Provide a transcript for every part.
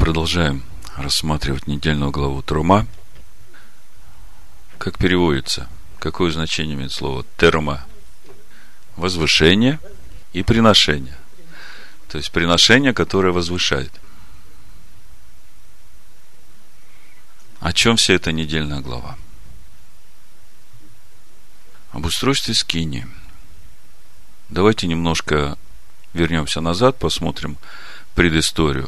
продолжаем рассматривать недельную главу Трума. Как переводится? Какое значение имеет слово терума? Возвышение и приношение. То есть приношение, которое возвышает. О чем вся эта недельная глава? Об устройстве скинии. Давайте немножко вернемся назад, посмотрим предысторию,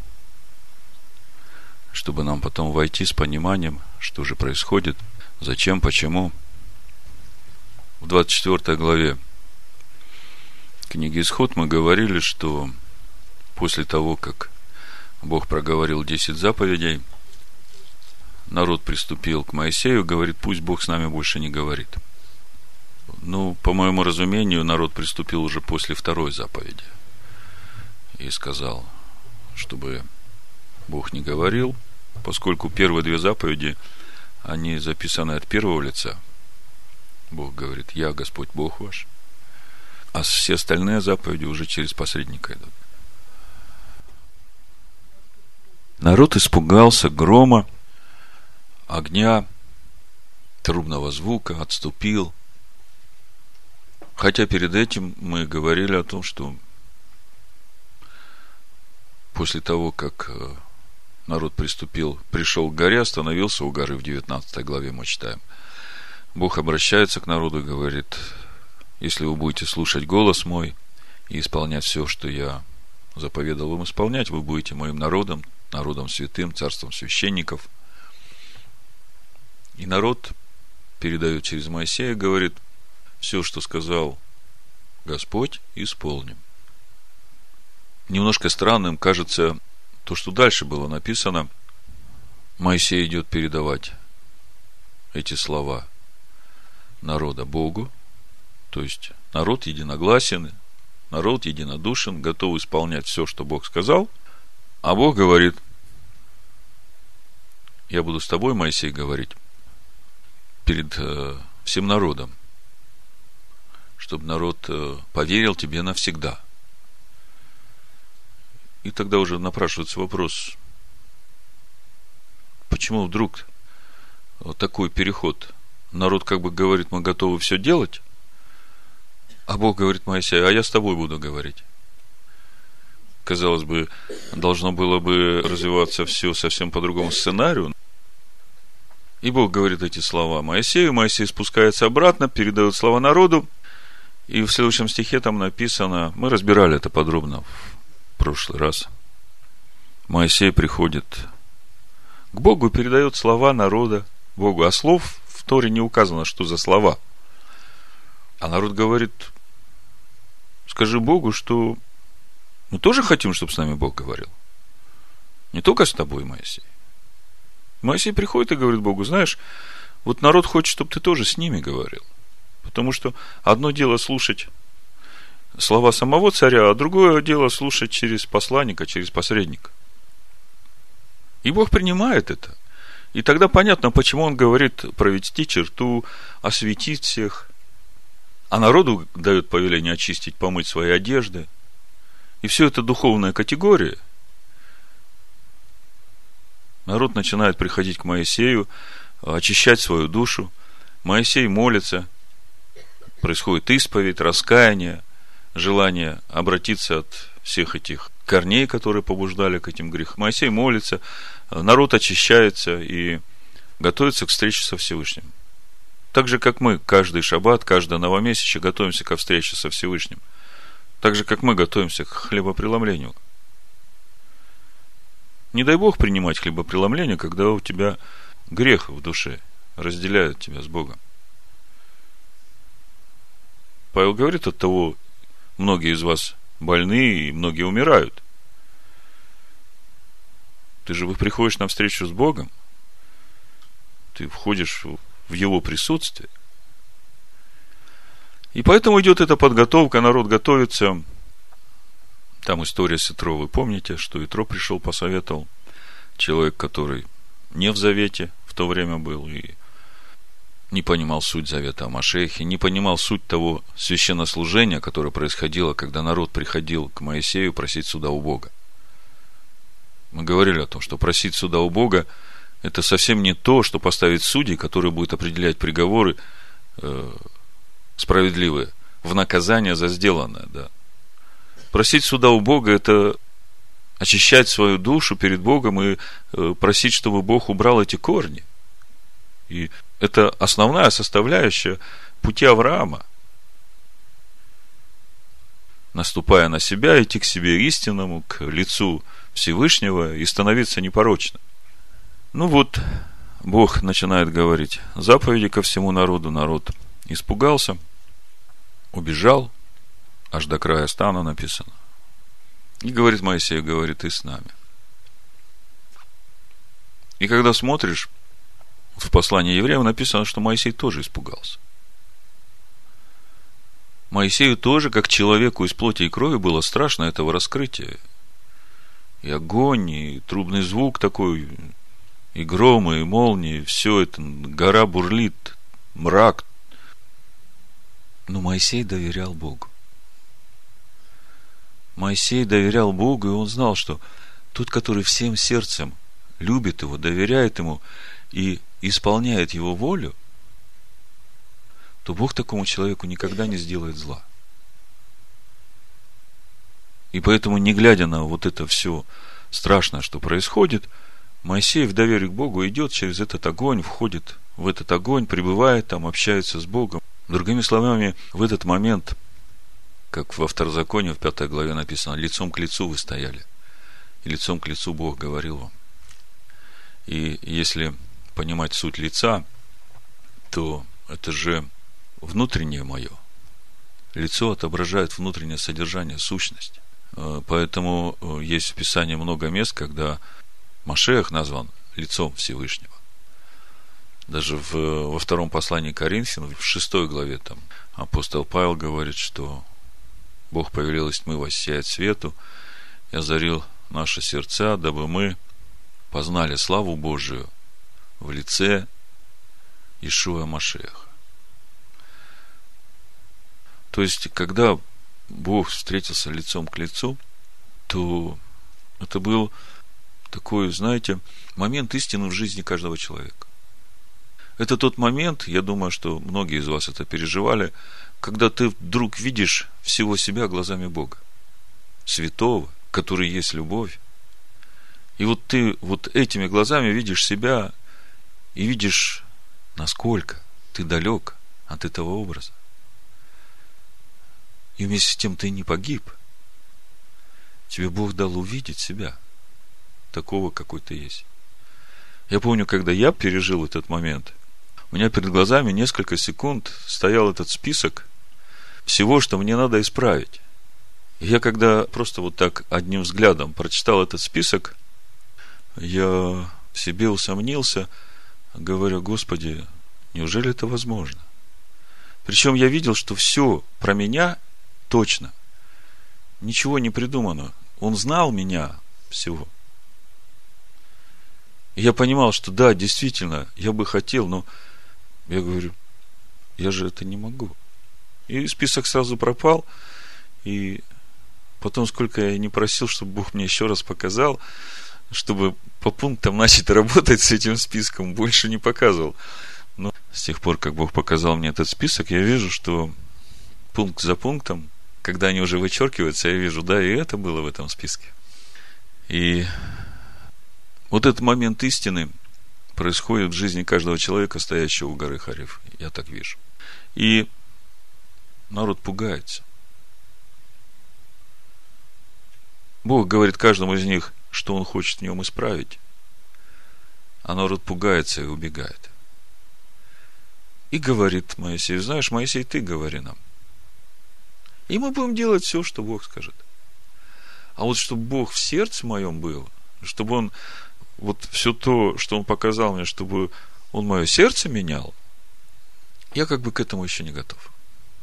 чтобы нам потом войти с пониманием, что же происходит, зачем, почему. В 24 главе книги Исход мы говорили, что после того, как Бог проговорил 10 заповедей, народ приступил к Моисею, говорит: пусть Бог с нами больше не говорит. По моему разумению, народ приступил уже после второй заповеди и сказал, чтобы Бог не говорил, поскольку первые две заповеди, они записаны от первого лица. Бог говорит: я Господь Бог ваш. А все остальные заповеди уже через посредника идут. Народ испугался грома, огня, трубного звука, отступил. Хотя перед этим мы говорили о том, что после того, как народ пришел к горе, остановился у горы, в 19 главе мы читаем, Бог обращается к народу и говорит: если вы будете слушать голос мой и исполнять все, что я заповедал вам исполнять, вы будете моим народом, народом святым, царством священников. И народ передает через Моисея, говорит: все, что сказал Господь, исполним. Немножко странным кажется то, что дальше было написано. Моисей идет передавать эти слова народа Богу, то есть народ единогласен, народ единодушен, готов исполнять все, что Бог сказал, а Бог говорит: я буду с тобой, Моисей, говорить перед всем народом, чтобы народ поверил тебе навсегда. И тогда уже напрашивается вопрос: почему вдруг вот такой переход? Народ как бы говорит: мы готовы все делать, а Бог говорит Моисею: а я с тобой буду говорить. Казалось бы, должно было бы развиваться все совсем по другому сценарию. И Бог говорит эти слова Моисею, Моисей спускается обратно, передает слова народу, и в следующем стихе там написано, мы разбирали это подробно в прошлый раз, Моисей приходит к Богу и передает слова народа Богу, а слов в Торе не указано, что за слова. А народ говорит: скажи Богу, что мы тоже хотим, чтобы с нами Бог говорил. Не только с тобой, Моисей. Моисей приходит и говорит Богу: знаешь, вот народ хочет, чтобы ты тоже с ними говорил. Потому что одно дело слушать слова самого царя, а другое дело слушать через посланника, через посредника. И Бог принимает это. И тогда понятно, почему он говорит провести черту, осветить всех. А народу дает повеление очистить, помыть свои одежды. И все это духовная категория. Народ начинает приходить к Моисею, очищать свою душу. Моисей молится. Происходит исповедь, раскаяние, желание обратиться от всех этих корней, которые побуждали к этим грехам. Моисей молится, народ очищается и готовится к встрече со Всевышним. Так же, как мы каждый шаббат, каждое новомесячье готовимся ко встрече со Всевышним. Так же, как мы готовимся к хлебопреломлению. Не дай Бог принимать хлебопреломление, когда у тебя грех в душе разделяет тебя с Богом. Павел говорит: от того многие из вас больны и многие умирают. Ты же приходишь на встречу с Богом, ты входишь в Его присутствие. И поэтому идет эта подготовка, народ готовится. Там история с Итро, вы помните, что Итро пришел, посоветовал. Человек, который не в завете в то время был и не понимал суть завета о Машиахе, не понимал суть того священнослужения, которое происходило, когда народ приходил к Моисею просить суда у Бога. Мы говорили о том, что просить суда у Бога – это совсем не то, что поставить судей, которые будут определять приговоры справедливые в наказание за сделанное. Да. Просить суда у Бога – это очищать свою душу перед Богом и просить, чтобы Бог убрал эти корни. И это основная составляющая пути Авраама. Наступая на себя, идти к себе истинному, к лицу Всевышнего и становиться непорочным. Ну вот, Бог начинает говорить заповеди ко всему народу. Народ испугался, убежал, аж до края стана написано. И говорит Моисею, говорит, и с нами. И когда смотришь, в послании евреям написано, что Моисей тоже испугался. Моисею тоже, как человеку из плоти и крови, было страшно этого раскрытия. И огонь, и трубный звук такой, и громы, и молнии, все это, гора бурлит, мрак. Но Моисей доверял Богу. Моисей доверял Богу, и он знал, что тот, который всем сердцем любит его, доверяет ему и исполняет его волю, то Бог такому человеку никогда не сделает зла. И поэтому, не глядя на вот это все страшное, что происходит, Моисей в доверии к Богу идет через этот огонь, входит в этот огонь, пребывает там, общается с Богом. Другими словами, в этот момент, как во Второзаконии, в 5 главе написано, лицом к лицу вы стояли, и лицом к лицу Бог говорил вам. И если понимать суть лица, то это же внутреннее мое. Лицо отображает внутреннее содержание, сущность. Поэтому есть в Писании много мест, когда Машиах назван лицом Всевышнего. Даже во втором послании к Коринфянам, в 6 главе, там апостол Павел говорит, что Бог повелел из тьмы воссиять свету и озарил наши сердца, дабы мы познали славу Божию в лице Иешуа Машиаха. То есть, когда Бог встретился лицом к лицу, то это был такой, знаете, момент истины в жизни каждого человека. Это тот момент, я думаю, что многие из вас это переживали, когда ты вдруг видишь всего себя глазами Бога, святого, который есть любовь. И вот ты вот этими глазами видишь себя и видишь, насколько ты далек от этого образа. И вместе с тем ты не погиб. Тебе Бог дал увидеть себя, такого, какой ты есть. Я помню, когда я пережил этот момент, у меня перед глазами несколько секунд стоял этот список всего, что мне надо исправить. И я когда просто вот так одним взглядом прочитал этот список, я в себе усомнился, говоря, Господи, неужели это возможно? Причем я видел, что все про меня точно. Ничего не придумано. Он знал меня всего. И я понимал, что да, действительно, я бы хотел, но я говорю, я же это не могу. И список сразу пропал. И потом, сколько я не просил, чтобы Бог мне еще раз показал, чтобы по пунктам начать работать с этим списком, больше не показывал. Но с тех пор, как Бог показал мне этот список, я вижу, что пункт за пунктом, когда они уже вычеркиваются, я вижу, да, и это было в этом списке. И вот этот момент истины происходит в жизни каждого человека, стоящего у горы Хорев. Я так вижу. И народ пугается. Бог говорит каждому из них, что Он хочет в нем исправить. А народ пугается и убегает. И говорит Моисею, знаешь, Моисей, ты говори нам. И мы будем делать все, что Бог скажет. А вот чтобы Бог в сердце моем был, чтобы Он вот все то, что Он показал мне, чтобы Он мое сердце менял, я как бы к этому еще не готов.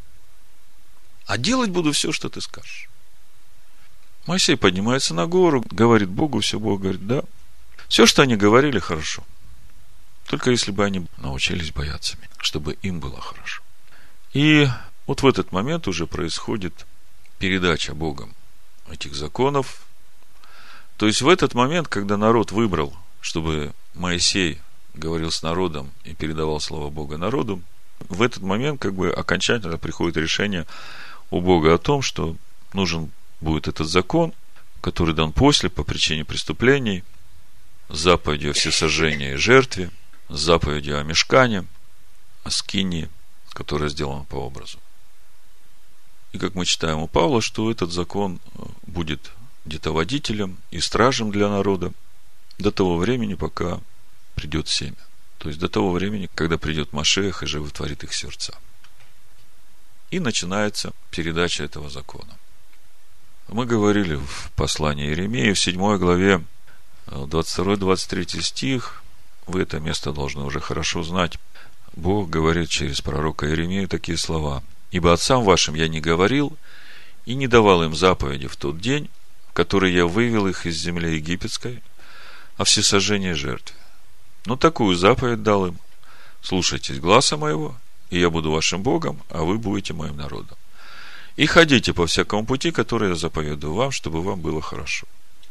А делать буду все, что ты скажешь. Моисей поднимается на гору, говорит Богу все, Бог говорит, да. Все, что они говорили, хорошо. Только если бы они научились бояться меня, чтобы им было хорошо. И вот в этот момент уже происходит передача Богом этих законов, То есть в этот момент, когда народ выбрал, чтобы Моисей говорил с народом и передавал слово Бога народу, в этот момент окончательно приходит решение у Бога о том, что нужен будет этот закон, который дан после по причине преступлений, с заповедью о всесожжении и жертве, с заповедью о мишкане, о скинии, которая сделана по образу. И как мы читаем у Павла, что этот закон будет где-то водителем и стражем для народа до того времени, пока придет семя. То есть до того времени, когда придет Машиах и животворит их сердца. И начинается передача этого закона. Мы говорили в послании Иеремии, в 7 главе, 22-23 стих, вы это место должны уже хорошо знать. Бог говорит через пророка Иеремию такие слова: «Ибо отцам вашим я не говорил и не давал им заповеди в тот день, в который я вывел их из земли египетской, о всесожжении жертве. Но такую заповедь дал им: слушайтесь гласа моего, и я буду вашим Богом, а вы будете моим народом. И ходите по всякому пути, который я заповедую вам, чтобы вам было хорошо».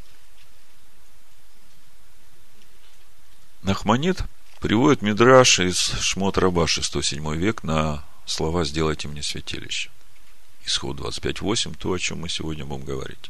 Нахманит приводит Мидраш из Шмот Раба, 6-7 век, на слова «сделайте мне святилище». Исход 25:8, то, о чем мы сегодня будем говорить.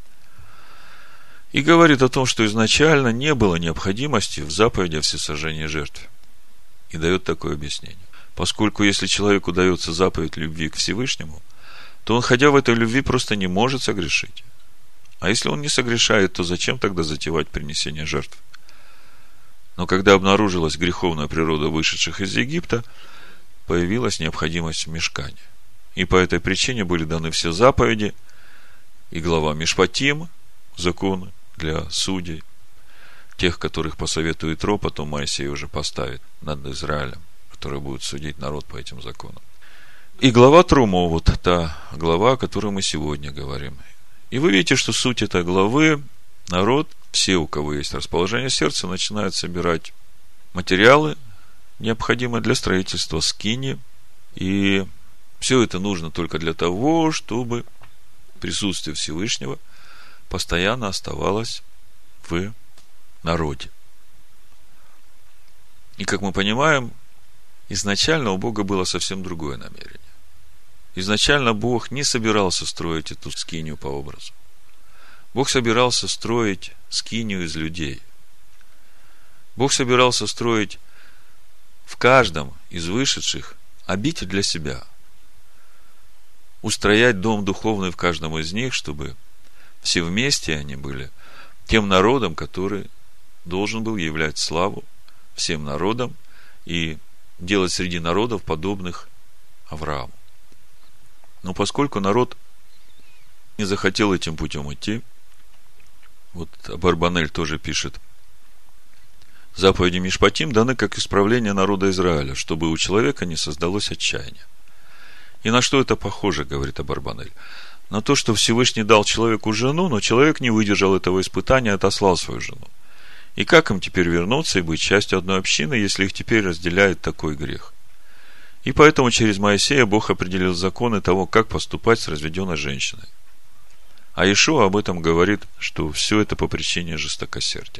И говорит о том, что изначально не было необходимости в заповеди о всесожжении жертвы. И дает такое объяснение. Поскольку если человеку дается заповедь любви к Всевышнему, то он, ходя в этой любви, просто не может согрешить. А если он не согрешает, то зачем тогда затевать принесение жертв? Но когда обнаружилась греховная природа вышедших из Египта, появилась необходимость в мишкане. И по этой причине были даны все заповеди, и глава Мишпатим, законы для судей, тех, которых посоветует Ро, потом Моисей уже поставит над Израилем, который будет судить народ по этим законам. И глава Трумо, вот та глава, о которой мы сегодня говорим. И вы видите, что суть этой главы: народ, все, у кого есть расположение сердца, начинают собирать материалы, необходимые для строительства скини. И все это нужно только для того, чтобы присутствие Всевышнего постоянно оставалось в народе. И, как мы понимаем, изначально у Бога было совсем другое намерение. Изначально Бог не собирался строить эту скинию по образу. Бог собирался строить скинию из людей. Бог собирался строить в каждом из вышедших обитель для себя. Устроять дом духовный в каждом из них, чтобы все вместе они были тем народом, который должен был являть славу всем народам и делать среди народов подобных Аврааму. Но поскольку народ не захотел этим путем идти, вот Абарбанель тоже пишет: заповеди Мишпатим даны как исправление народа Израиля, чтобы у человека не создалось отчаяние. И на что это похоже, говорит Абарбанель? На то, что Всевышний дал человеку жену, но человек не выдержал этого испытания и отослал свою жену. И как им теперь вернуться и быть частью одной общины, если их теперь разделяет такой грех? И поэтому через Моисея Бог определил законы того, как поступать с разведенной женщиной. А Иешуа об этом говорит, что все это по причине жестокосердия.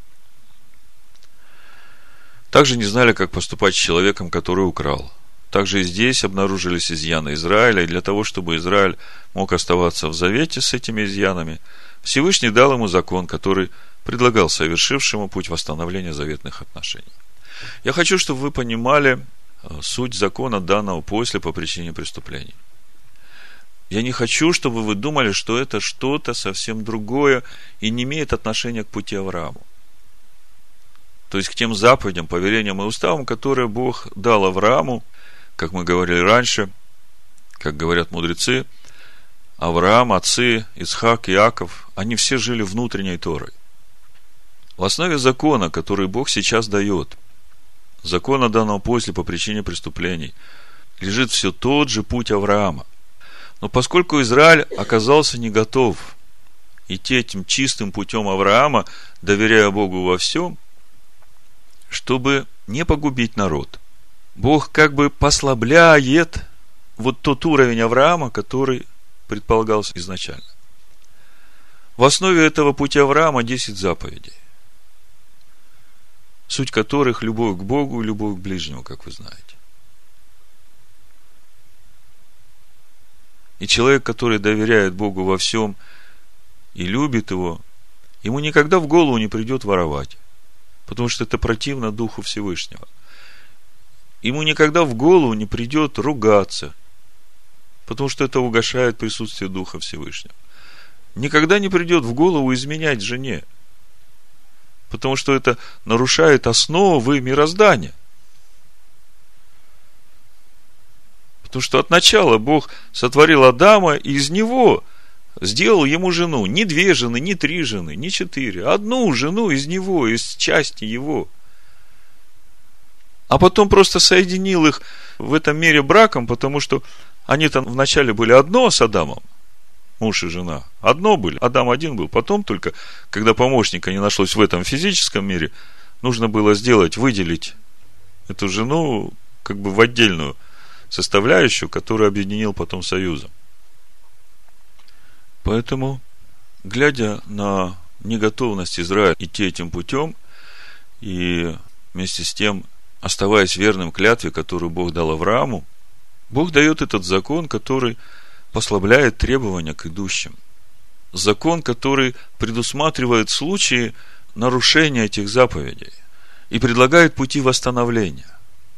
Также не знали, как поступать с человеком, который украл. Также и здесь обнаружились изъяны Израиля, и для того, чтобы Израиль мог оставаться в завете с этими изъянами, Всевышний дал ему закон, который предлагал совершившему путь восстановления заветных отношений. Я хочу, чтобы вы понимали суть закона, данного после по причине преступлений. Я не хочу, чтобы вы думали, что это что-то совсем другое и не имеет отношения к пути Аврааму. То есть к тем заповедям, повелениям и уставам, которые Бог дал Аврааму, как мы говорили раньше, как говорят мудрецы, Авраам, отцы, Ицхак, Иаков, они все жили внутренней Торой. В основе закона, который Бог сейчас дает, закона, данного после по причине преступлений, лежит все тот же путь Авраама. Но поскольку Израиль оказался не готов идти этим чистым путем Авраама, доверяя Богу во всем, чтобы не погубить народ, Бог как бы послабляет вот тот уровень Авраама, который предполагался изначально. В основе этого пути Авраама 10 заповедей, суть которых любовь к Богу и любовь к ближнему, как вы знаете. И человек, который доверяет Богу во всем и любит Его, ему никогда в голову не придет воровать, потому что это противно Духу Всевышнего. Ему никогда в голову не придет ругаться, потому что это угошает присутствие Духа Всевышнего. Никогда не придет в голову изменять жене, потому что это нарушает основы мироздания. Потому что от начала Бог сотворил Адама, и из него сделал ему жену. Не 2 жены, не 3 жены, не 4. Одну жену из него, из части его. А потом просто соединил их в этом мире браком, потому что они там вначале были одно с Адамом, муж и жена. Одно были, Адам один был. Потом только, когда помощника не нашлось в этом физическом мире, нужно было выделить эту жену как бы в отдельную составляющую, которую объединил потом союзом. Поэтому, глядя на неготовность Израиля идти этим путем, и вместе с тем, оставаясь верным клятве, которую Бог дал Аврааму, Бог дает этот закон, который послабляет требования к идущим. Закон, который предусматривает случаи нарушения этих заповедей и предлагает пути восстановления.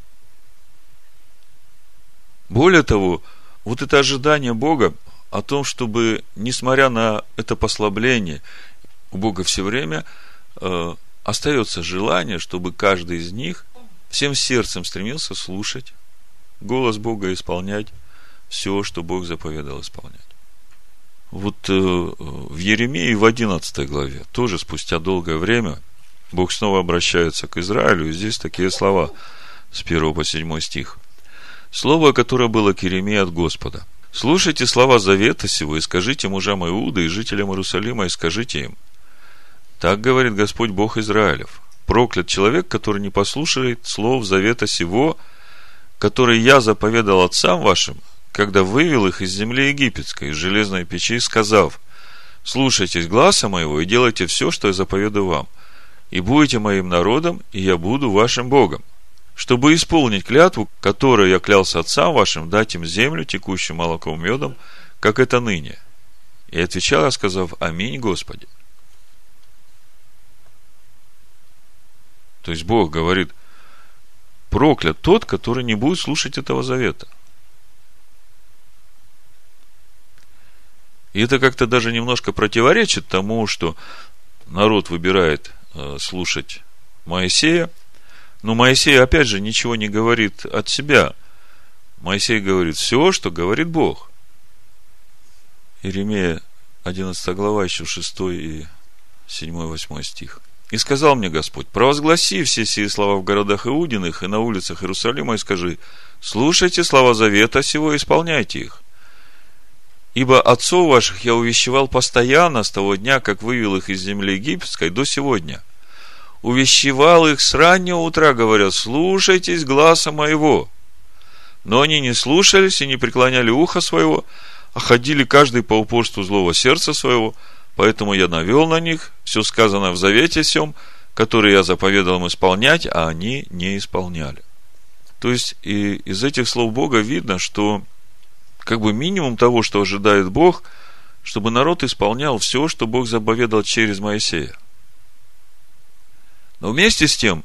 Более того, вот это ожидание Бога о том, чтобы, несмотря на это послабление, у Бога все время остается желание, чтобы каждый из них всем сердцем стремился слушать голос Бога и исполнять все, что Бог заповедал исполнять. Вот в Еремии в 11 главе, тоже спустя долгое время, Бог снова обращается к Израилю, и здесь такие слова с 1 по 7 стих. Слово, которое было к Иеремии от Господа. Слушайте слова завета сего, и скажите мужам Иуды и жителям Иерусалима, и скажите им: так говорит Господь Бог Израилев: проклят человек, который не послушает слов завета сего, который я заповедал отцам вашим, когда вывел их из земли египетской, из железной печи, сказав: слушайтесь гласа моего и делайте все, что я заповедую вам, и будете моим народом, и я буду вашим Богом, чтобы исполнить клятву, которую я клялся отцам вашим, дать им землю, текущую молоком и медом, как это ныне. И отвечал я, сказав: аминь, Господи. То есть Бог говорит: проклят тот, который не будет слушать этого завета. И это как-то даже немножко противоречит тому, что народ выбирает слушать Моисея. Но Моисей, опять же, ничего не говорит от себя. Моисей говорит все, что говорит Бог. Иеремия 11 глава, еще 6 и 7-8 стих. И сказал мне Господь: провозгласи все сии слова в городах Иудиных и на улицах Иерусалима, и скажи: слушайте слова завета сего и исполняйте их. Ибо отцов ваших я увещевал постоянно с того дня, как вывел их из земли египетской, до сегодня. Увещевал их с раннего утра, говоря: слушайтесь гласа моего. Но они не слушались и не преклоняли ухо своего, а ходили каждый по упорству злого сердца своего. Поэтому я навел на них все сказанное в завете сем, который я заповедал им исполнять, а они не исполняли. То есть, и из этих слов Бога видно, что как бы минимум того, что ожидает Бог, чтобы народ исполнял все, что Бог заповедал через Моисея. Но вместе с тем,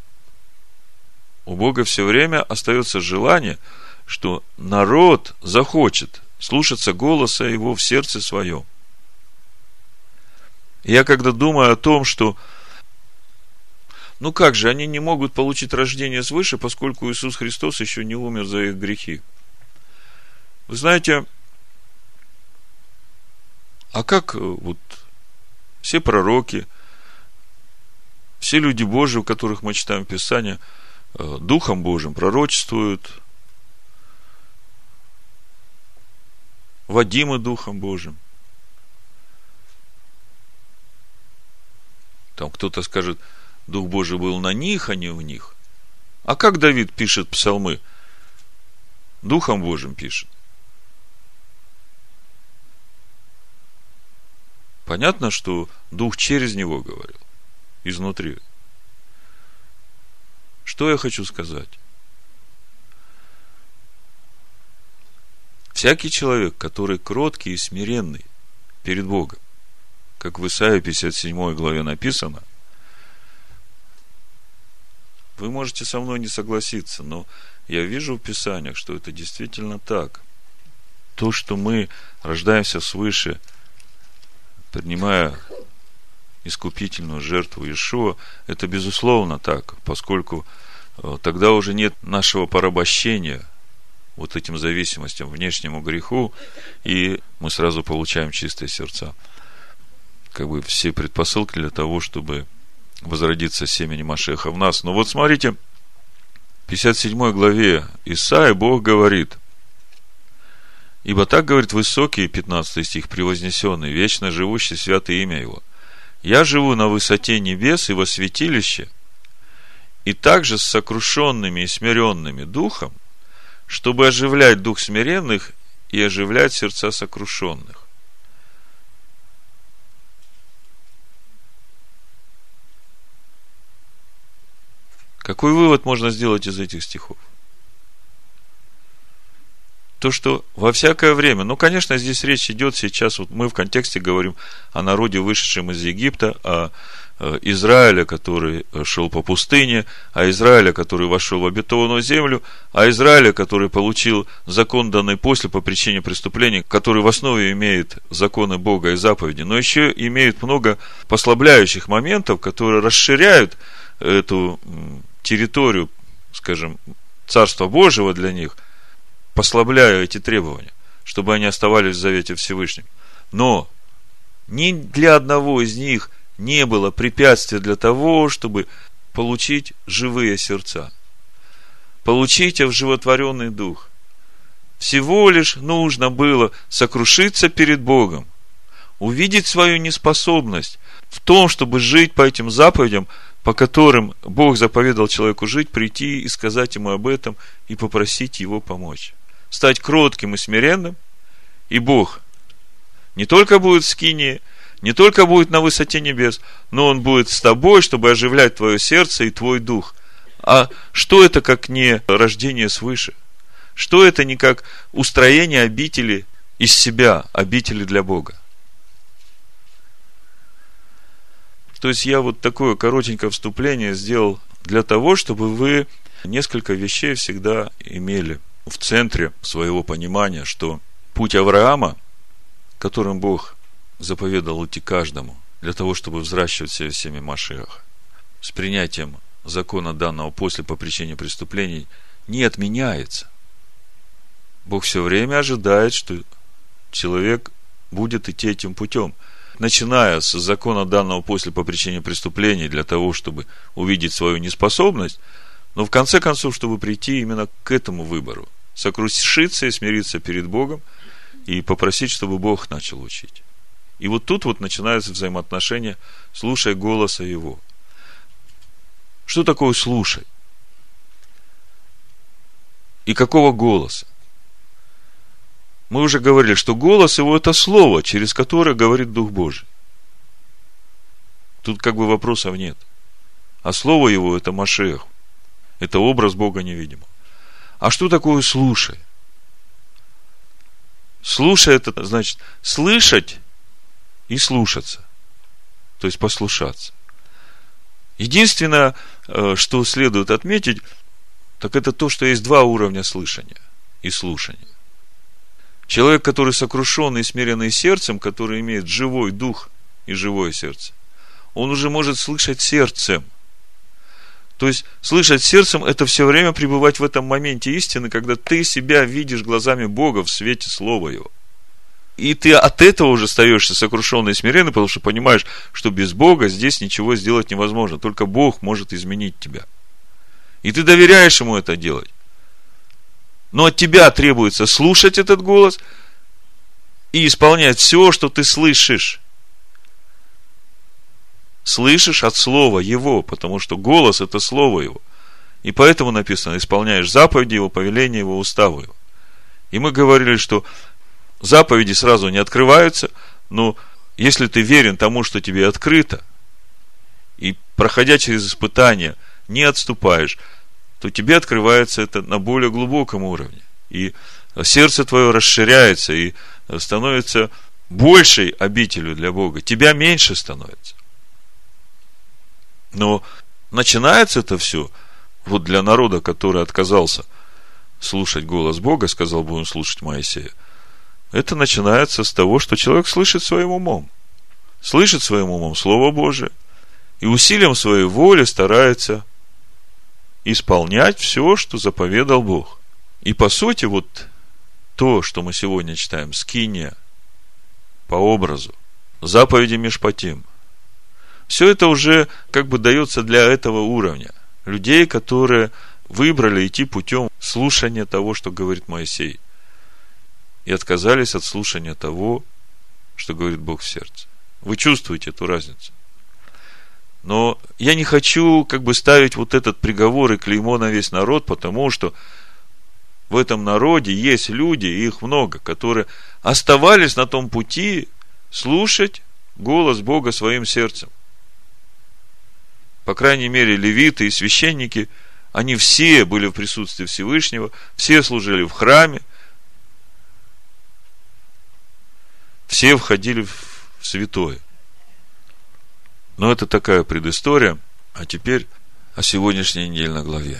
у Бога все время остается желание, что народ захочет слушаться голоса Его в сердце своем. Я когда думаю о том, что как же они не могут получить рождение свыше, поскольку Иисус Христос еще не умер за их грехи. Вы знаете, а как вот все пророки, все люди Божьи, у которых мы читаем Писание, Духом Божьим пророчествуют, водимы Духом Божьим. Там кто-то скажет: Дух Божий был на них, а не в них. А как Давид пишет псалмы? Духом Божьим пишет. Понятно, что Дух через него говорил, изнутри. Что я хочу сказать? Всякий человек, который кроткий и смиренный перед Богом, как в Исаии 57 главе написано, вы можете со мной не согласиться, но я вижу в Писаниях, что это действительно так. То, что мы рождаемся свыше, принимая искупительную жертву Иешуа, это безусловно так, поскольку тогда уже нет нашего порабощения вот этим зависимостям, внешнему греху, и мы сразу получаем чистые сердца. Как бы все предпосылки для того, чтобы возродиться семени Машеха в нас. Но вот смотрите, в 57 главе Исаии Бог говорит: «Ибо так говорит высокий, 15 стих, превознесенный, вечно живущий, святое имя его. Я живу на высоте небес и во святилище, и также с сокрушенными и смиренными духом, чтобы оживлять дух смиренных и оживлять сердца сокрушенных». Какой вывод можно сделать из этих стихов? То, что во всякое время, конечно, здесь речь идет сейчас, вот мы в контексте говорим о народе, вышедшем из Египта, о Израиле, который шел по пустыне, о Израиле, который вошел в обетованную землю, о Израиле, который получил закон, данный после по причине преступлений, который в основе имеет законы Бога и заповеди, но еще имеет много послабляющих моментов, которые расширяют эту территорию, скажем, Царства Божьего для них, послабляя эти требования, чтобы они оставались в завете Всевышним. Но ни для одного из них не было препятствия для того, чтобы получить живые сердца, получить оживотворенный дух. Всего лишь нужно было сокрушиться перед Богом, увидеть свою неспособность в том, чтобы жить по этим заповедям, по которым Бог заповедал человеку жить, прийти и сказать ему об этом и попросить его помочь. Стать кротким и смиренным, и Бог не только будет в скинии, не только будет на высоте небес, но Он будет с тобой, чтобы оживлять твое сердце и твой дух. А что это, как не рождение свыше? Что это, не как устроение обители из себя, обители для Бога? То есть я вот такое коротенькое вступление сделал для того, чтобы вы несколько вещей всегда имели в центре своего понимания, что путь Авраама, которым Бог заповедал идти каждому, для того, чтобы взращивать в себе семя Машиаха, с принятием закона, данного после по причине преступлений, не отменяется. Бог все время ожидает, что человек будет идти этим путем. Начиная с закона, данного после по причине преступлений, для того, чтобы увидеть свою неспособность, но в конце концов, чтобы прийти именно к этому выбору. Сокрушиться и смириться перед Богом и попросить, чтобы Бог начал учить. И вот тут вот начинаются взаимоотношения «слушай голоса Его». Что такое «слушай»? И какого голоса? Мы уже говорили, что голос Его – это слово, через которое говорит Дух Божий. Тут как бы вопросов нет. А слово Его – это Машиах. Это образ Бога невидимого. А что такое «слушай»? «Слушай» – это значит слышать и слушаться. То есть послушаться. Единственное, что следует отметить, так это то, что есть два уровня слышания и слушания. Человек, который сокрушенный и смиренный сердцем, который имеет живой дух и живое сердце, он уже может слышать сердцем. То есть, слышать сердцем – это все время пребывать в этом моменте истины, когда ты себя видишь глазами Бога в свете Слова Его. И ты от этого уже остаешься сокрушенный и смиренный, потому что понимаешь, что без Бога здесь ничего сделать невозможно. Только Бог может изменить тебя. И ты доверяешь Ему это делать. Но от тебя требуется слушать этот голос и исполнять все, что ты слышишь. Слышишь от слова Его, потому что голос – это слово Его. И поэтому написано: исполняешь заповеди Его, повеления Его, уставы Его. И мы говорили, что заповеди сразу не открываются, но если ты верен тому, что тебе открыто, и, проходя через испытания, не отступаешь, то тебе открывается это на более глубоком уровне. И сердце твое расширяется и становится большей обителью для Бога. Тебя меньше становится. Но начинается это все вот для народа, который отказался слушать голос Бога, сказал, будем слушать Моисея. Это начинается с того, что человек слышит своим умом. Слышит своим умом Слово Божие. И усилием своей воли старается исполнять все, что заповедал Бог. И по сути, вот то, что мы сегодня читаем, скиния, по образу, заповеди Мишпатим, все это уже как бы дается для этого уровня. Людей, которые выбрали идти путем слушания того, что говорит Моисей, и отказались от слушания того, что говорит Бог в сердце. Вы чувствуете эту разницу? Но я не хочу как бы ставить вот этот приговор и клеймо на весь народ, потому что в этом народе есть люди, и их много, которые оставались на том пути слушать голос Бога своим сердцем. По крайней мере, левиты и священники, они все были в присутствии Всевышнего, все служили в храме, все входили в святое. Но это такая предыстория. А теперь о сегодняшней недельной главе.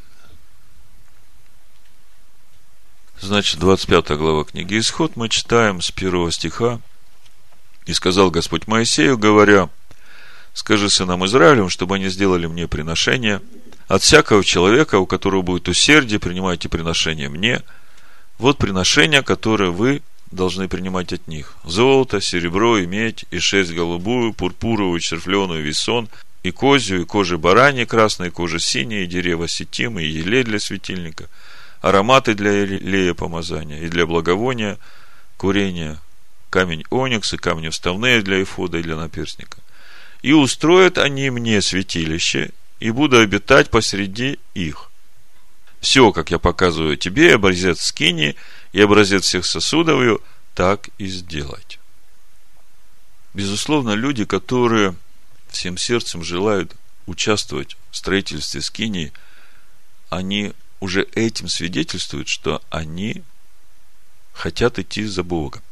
Значит, 25 глава книги Исход, мы читаем с 1 стиха. «И сказал Господь Моисею, говоря, скажи сынам Израилевым, чтобы они сделали мне приношение. От всякого человека, у которого будет усердие, принимайте приношение мне. Вот приношение, которое вы должны принимать от них: золото, серебро и медь, и шерсть голубую, пурпуровую, червленую, весон, и козью, и кожи бараньи красной, и кожи синей, и дерево ситим, и елей для светильника, ароматы для елея помазания, и для благовония, курения, камень оникс, и камни вставные для эфода и для наперстника. И устроят они мне святилище, и буду обитать посреди их. Все, как я показываю тебе, образец скинии и образец всех сосудов ее, так и сделать». Безусловно, люди, которые всем сердцем желают участвовать в строительстве скинии, они уже этим свидетельствуют, что они хотят идти за Богом,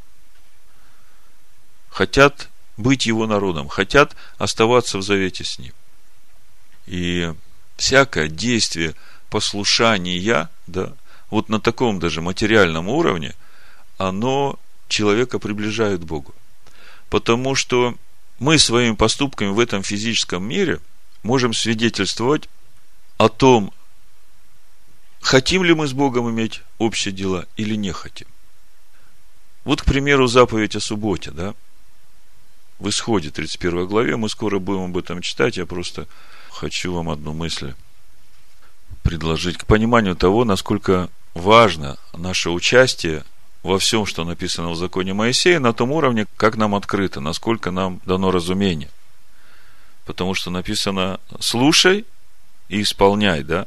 хотят быть Его народом, хотят оставаться в завете с Ним. И всякое действие послушания, да, вот на таком даже материальном уровне, оно человека приближает к Богу. Потому что мы своими поступками в этом физическом мире можем свидетельствовать о том, хотим ли мы с Богом иметь общие дела или не хотим. Вот, к примеру, заповедь о субботе, да, в Исходе 31 главе, мы скоро будем об этом читать, я просто хочу вам одну мысль предложить к пониманию того, насколько важно наше участие во всем, что написано в законе Моисея, на том уровне, как нам открыто, насколько нам дано разумение. Потому что написано: слушай и исполняй, да?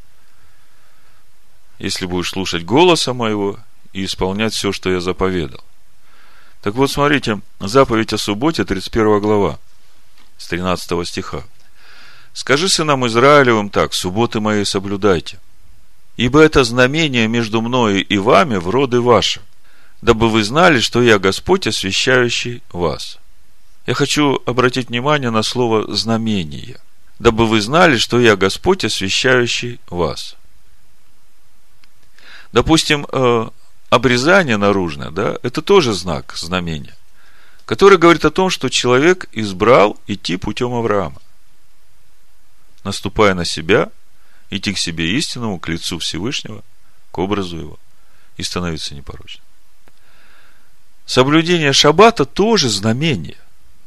Если будешь слушать голоса моего и исполнять все, что я заповедал. Так вот, смотрите, заповедь о субботе, 31 глава, с 13 стиха. «Скажи сынам Израилевым так: субботы мои соблюдайте, ибо это знамение между мною и вами в роды ваши, дабы вы знали, что я Господь, освящающий вас». Я хочу обратить внимание на слово «знамение». Дабы вы знали, что я Господь, освящающий вас. Допустим, обрезание наружное, да, это тоже знак, знамение, который говорит о том, что человек избрал идти путем Авраама, наступая на себя, идти к себе истинному, к лицу Всевышнего, к образу его, и становиться непорочным. Соблюдение шаббата тоже знамение.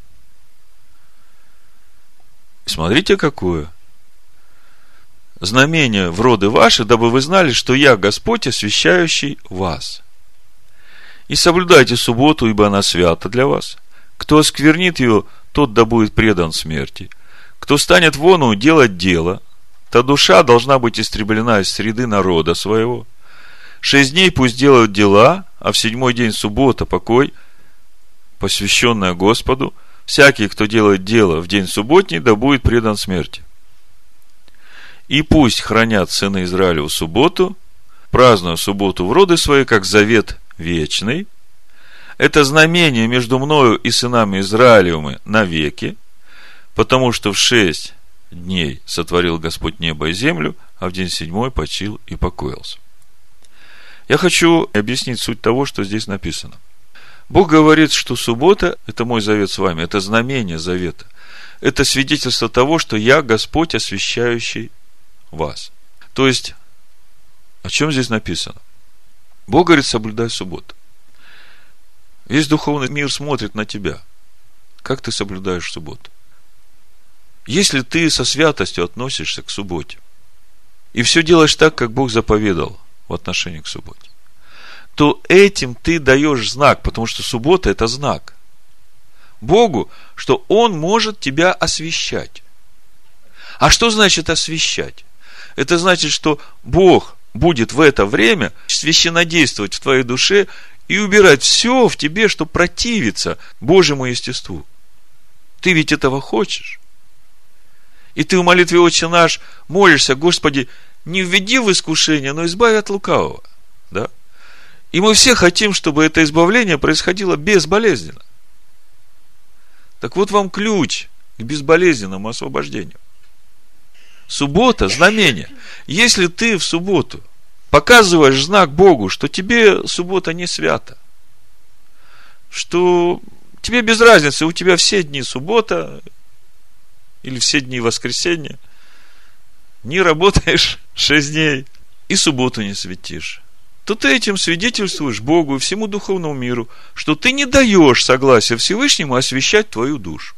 Смотрите, какое знамение в роды ваши, дабы вы знали, что я Господь, освящающий вас. И соблюдайте субботу, ибо она свята для вас. Кто осквернит ее, тот да будет предан смерти. Кто станет вону делать дело, та душа должна быть истреблена из среды народа своего. 6 дней пусть делают дела, а в 7-й день суббота, покой, посвященное Господу, всякий, кто делает дело в день субботний, да будет предан смерти. И пусть хранят сыны Израилеву субботу, празднуя субботу в роды свои, как завет вечный. Это знамение между мною и сынами Израилевыми навеки, потому что в 6 дней сотворил Господь небо и землю, а в день 7 почил и покоился. Я хочу объяснить суть того, что здесь написано. Бог говорит, что суббота – это мой завет с вами, это знамение завета. Это свидетельство того, что я Господь, освящающий вас. То есть, о чем здесь написано? Бог говорит, соблюдай субботу. Весь духовный мир смотрит на тебя. Как ты соблюдаешь субботу? Если ты со святостью относишься к субботе, и все делаешь так, как Бог заповедал в отношении к субботе, то этим ты даешь знак, потому что суббота – это знак Богу, что Он может тебя освящать. А что значит освящать? Это значит, что Бог будет в это время священнодействовать в твоей душе и убирать все в тебе, что противится Божьему естеству. Ты ведь этого хочешь. И ты в молитве «Отче наш» молишься: Господи, не введи в искушение, но избави от лукавого. Да? И мы все хотим, чтобы это избавление происходило безболезненно. Так вот вам ключ к безболезненному освобождению. Суббота – знамение. Если ты в субботу показываешь знак Богу, что тебе суббота не свята, что тебе без разницы, у тебя все дни суббота или все дни воскресенья, не работаешь 6 дней и субботу не светишь, то ты этим свидетельствуешь Богу и всему духовному миру, что ты не даешь согласия Всевышнему освящать твою душу.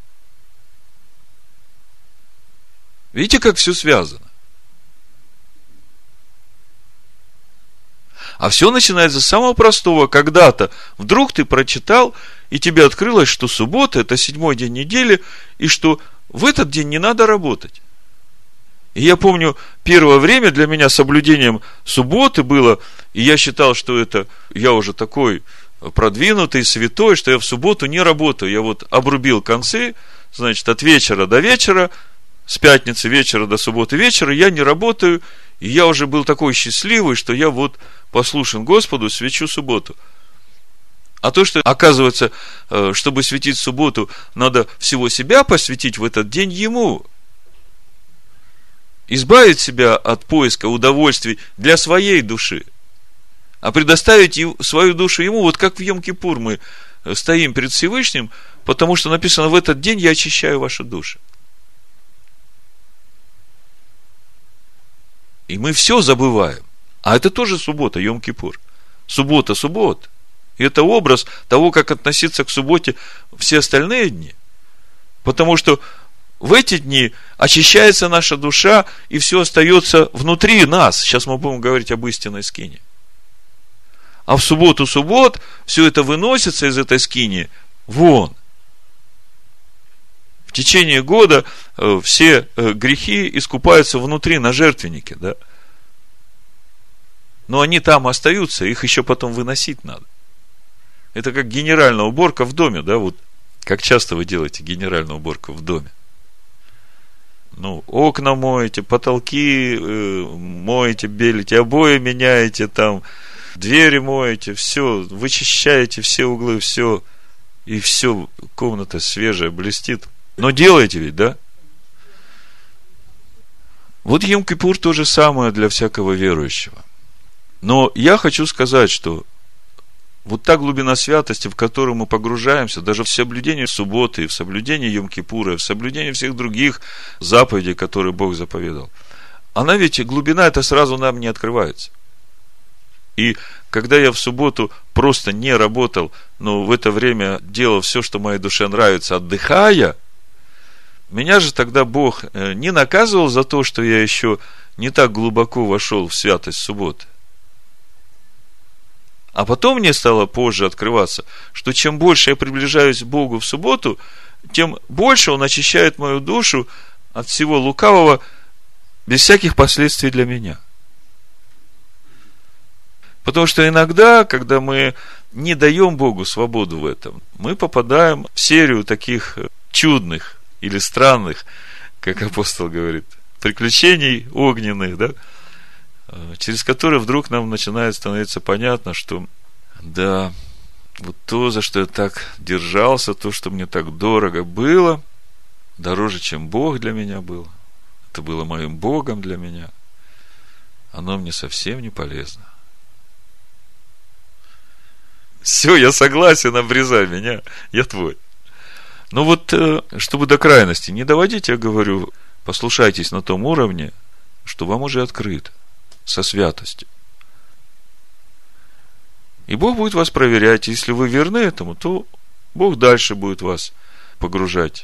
Видите, как все связано? А все начинается с самого простого. Когда-то вдруг ты прочитал, и тебе открылось, что суббота – это 7-й день недели, и что в этот день не надо работать. И я помню, первое время для меня соблюдением субботы было, и я считал, что это я уже такой продвинутый, святой, что я в субботу не работаю. Я вот обрубил концы, значит, от вечера до вечера, с пятницы вечера до субботы вечера я не работаю, и я уже был такой счастливый, что я вот послушен Господу, свечу субботу. А то, что, оказывается, чтобы светить субботу, надо всего себя посвятить в этот день Ему. Избавить себя от поиска удовольствий для своей души, а предоставить свою душу Ему, вот как в Йом-Кипур мы стоим перед Всевышним, потому что написано: в этот день я очищаю ваши души. И мы все забываем. А это тоже суббота, Йом-Кипур. Суббота. И это образ того, как относиться к субботе все остальные дни. Потому что в эти дни очищается наша душа, и все остается внутри нас. Сейчас мы будем говорить об истинной скинии. А в субботу все это выносится из этой скинии вон. В течение года все грехи искупаются внутри, на жертвеннике, да? Но они там остаются, их еще потом выносить надо. Это как генеральная уборка в доме, да? Вот как часто вы делаете генеральную уборку в доме? Ну, окна моете, потолки моете, белите, обои меняете, там, двери моете, все, вычищаете все углы, все, и все, комната свежая, блестит. Но делаете ведь, да? Вот Йом-Кипур то же самое для всякого верующего. Но я хочу сказать, что вот та глубина святости, в которую мы погружаемся, даже в соблюдение субботы, в соблюдение Йом-Кипура, в соблюдение всех других заповедей, которые Бог заповедал, она ведь, глубина эта сразу нам не открывается. И когда я в субботу просто не работал, но в это время делал все, что моей душе нравится, отдыхая, меня же тогда Бог не наказывал за то, что я еще не так глубоко вошел в святость субботы. А потом мне стало позже открываться, что чем больше я приближаюсь к Богу в субботу, тем больше Он очищает мою душу от всего лукавого, без всяких последствий для меня. Потому что иногда, когда мы не даем Богу свободу в этом, мы попадаем в серию таких чудных или странных, как апостол говорит, приключений огненных, да, через которые вдруг нам начинает становиться понятно, что да, вот то, за что я так держался, то, что мне так дорого было, дороже, чем Бог для меня был, это было моим Богом для меня, оно мне совсем не полезно. Все, я согласен, обрезай меня, я твой. Но вот, чтобы до крайности не доводить, я говорю, послушайтесь на том уровне, что вам уже открыто, со святостью. И Бог будет вас проверять. Если вы верны этому, то Бог дальше будет вас погружать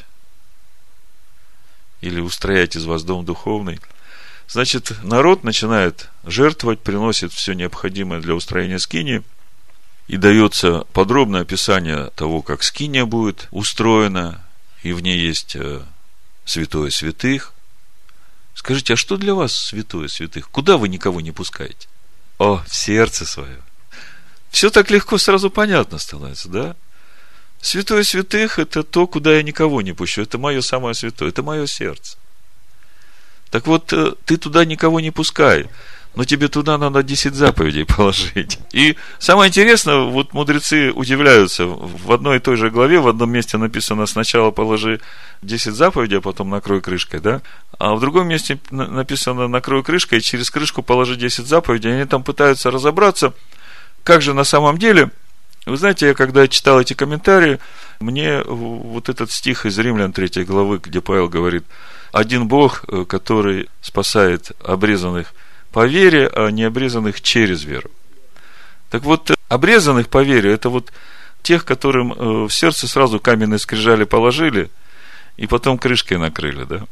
или устроять из вас дом духовный. Значит, народ начинает жертвовать, приносит все необходимое для устроения скинии, и дается подробное описание того, как скиния будет устроена, и в ней есть святое святых. Скажите, а что для вас святое святых? Куда вы никого не пускаете? В сердце свое. Все так легко сразу понятно становится, да? Святое святых – это то, куда я никого не пущу. Это мое самое святое, это мое сердце. Так вот, ты туда никого не пускай, но тебе туда надо 10 заповедей положить. И самое интересное, вот мудрецы удивляются, в одной и той же главе, в одном месте написано: сначала положи 10 заповедей, а потом накрой крышкой, да? А в другом месте написано: накрой крышкой, и через крышку положи 10 заповедей. Они там пытаются разобраться, как же на самом деле. Вы знаете, я когда читал эти комментарии, мне вот этот стих из Римлян 3 главы, где Павел говорит: один Бог, который спасает обрезанных по вере, а не обрезанных через веру. Так вот, обрезанных по вере, это вот тех, которым в сердце сразу каменные скрижали положили, и потом крышкой накрыли, да?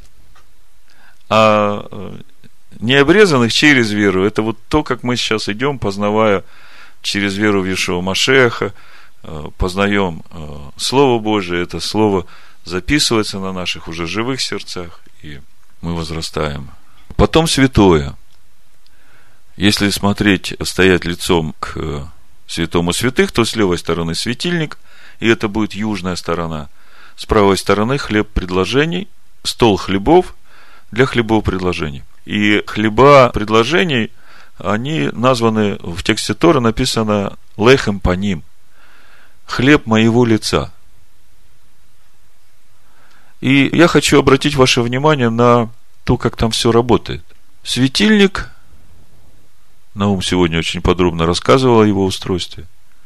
А необрезанных через веру, это вот то, как мы сейчас идем, познавая через веру в Иешуа Машеха, познаем Слово Божие, это Слово записывается на наших уже живых сердцах, и мы возрастаем. Потом святое. Если смотреть, стоять лицом к святому святых, то с левой стороны светильник, и это будет южная сторона. С правой стороны хлеб предложений, стол хлебов для хлебов предложений. И хлеба предложений, они названы в тексте Торы, написано лехем паним, хлеб моего лица. И я хочу обратить ваше внимание на то, как там все работает. Светильник, Наум сегодня очень подробно рассказывал о его устройстве.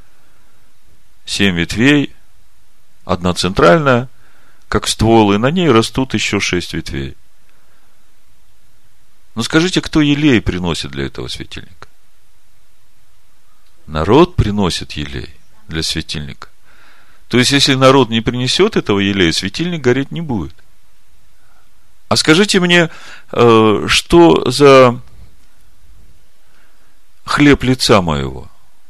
7 ветвей, одна центральная, как ствол, и на ней растут еще 6 ветвей. Но скажите, кто елей приносит для этого светильника? Народ приносит елей для светильника. То есть, если народ не принесет этого елея, светильник гореть не будет. А скажите мне, что за хлеб лица моего?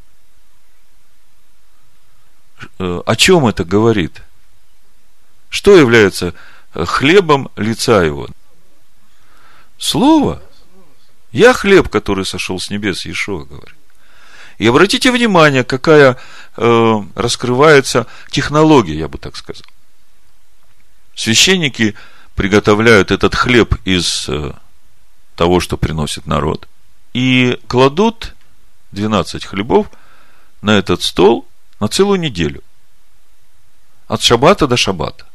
О чем это говорит? Что является хлебом лица его? Слово. Я хлеб, который сошел с небес, Иешуа говорит. И обратите внимание, какая раскрывается технология, я бы так сказал. Священники приготовляют этот хлеб из того, что приносит народ, и кладут 12 хлебов на этот стол на целую неделю. От шаббата до шаббата.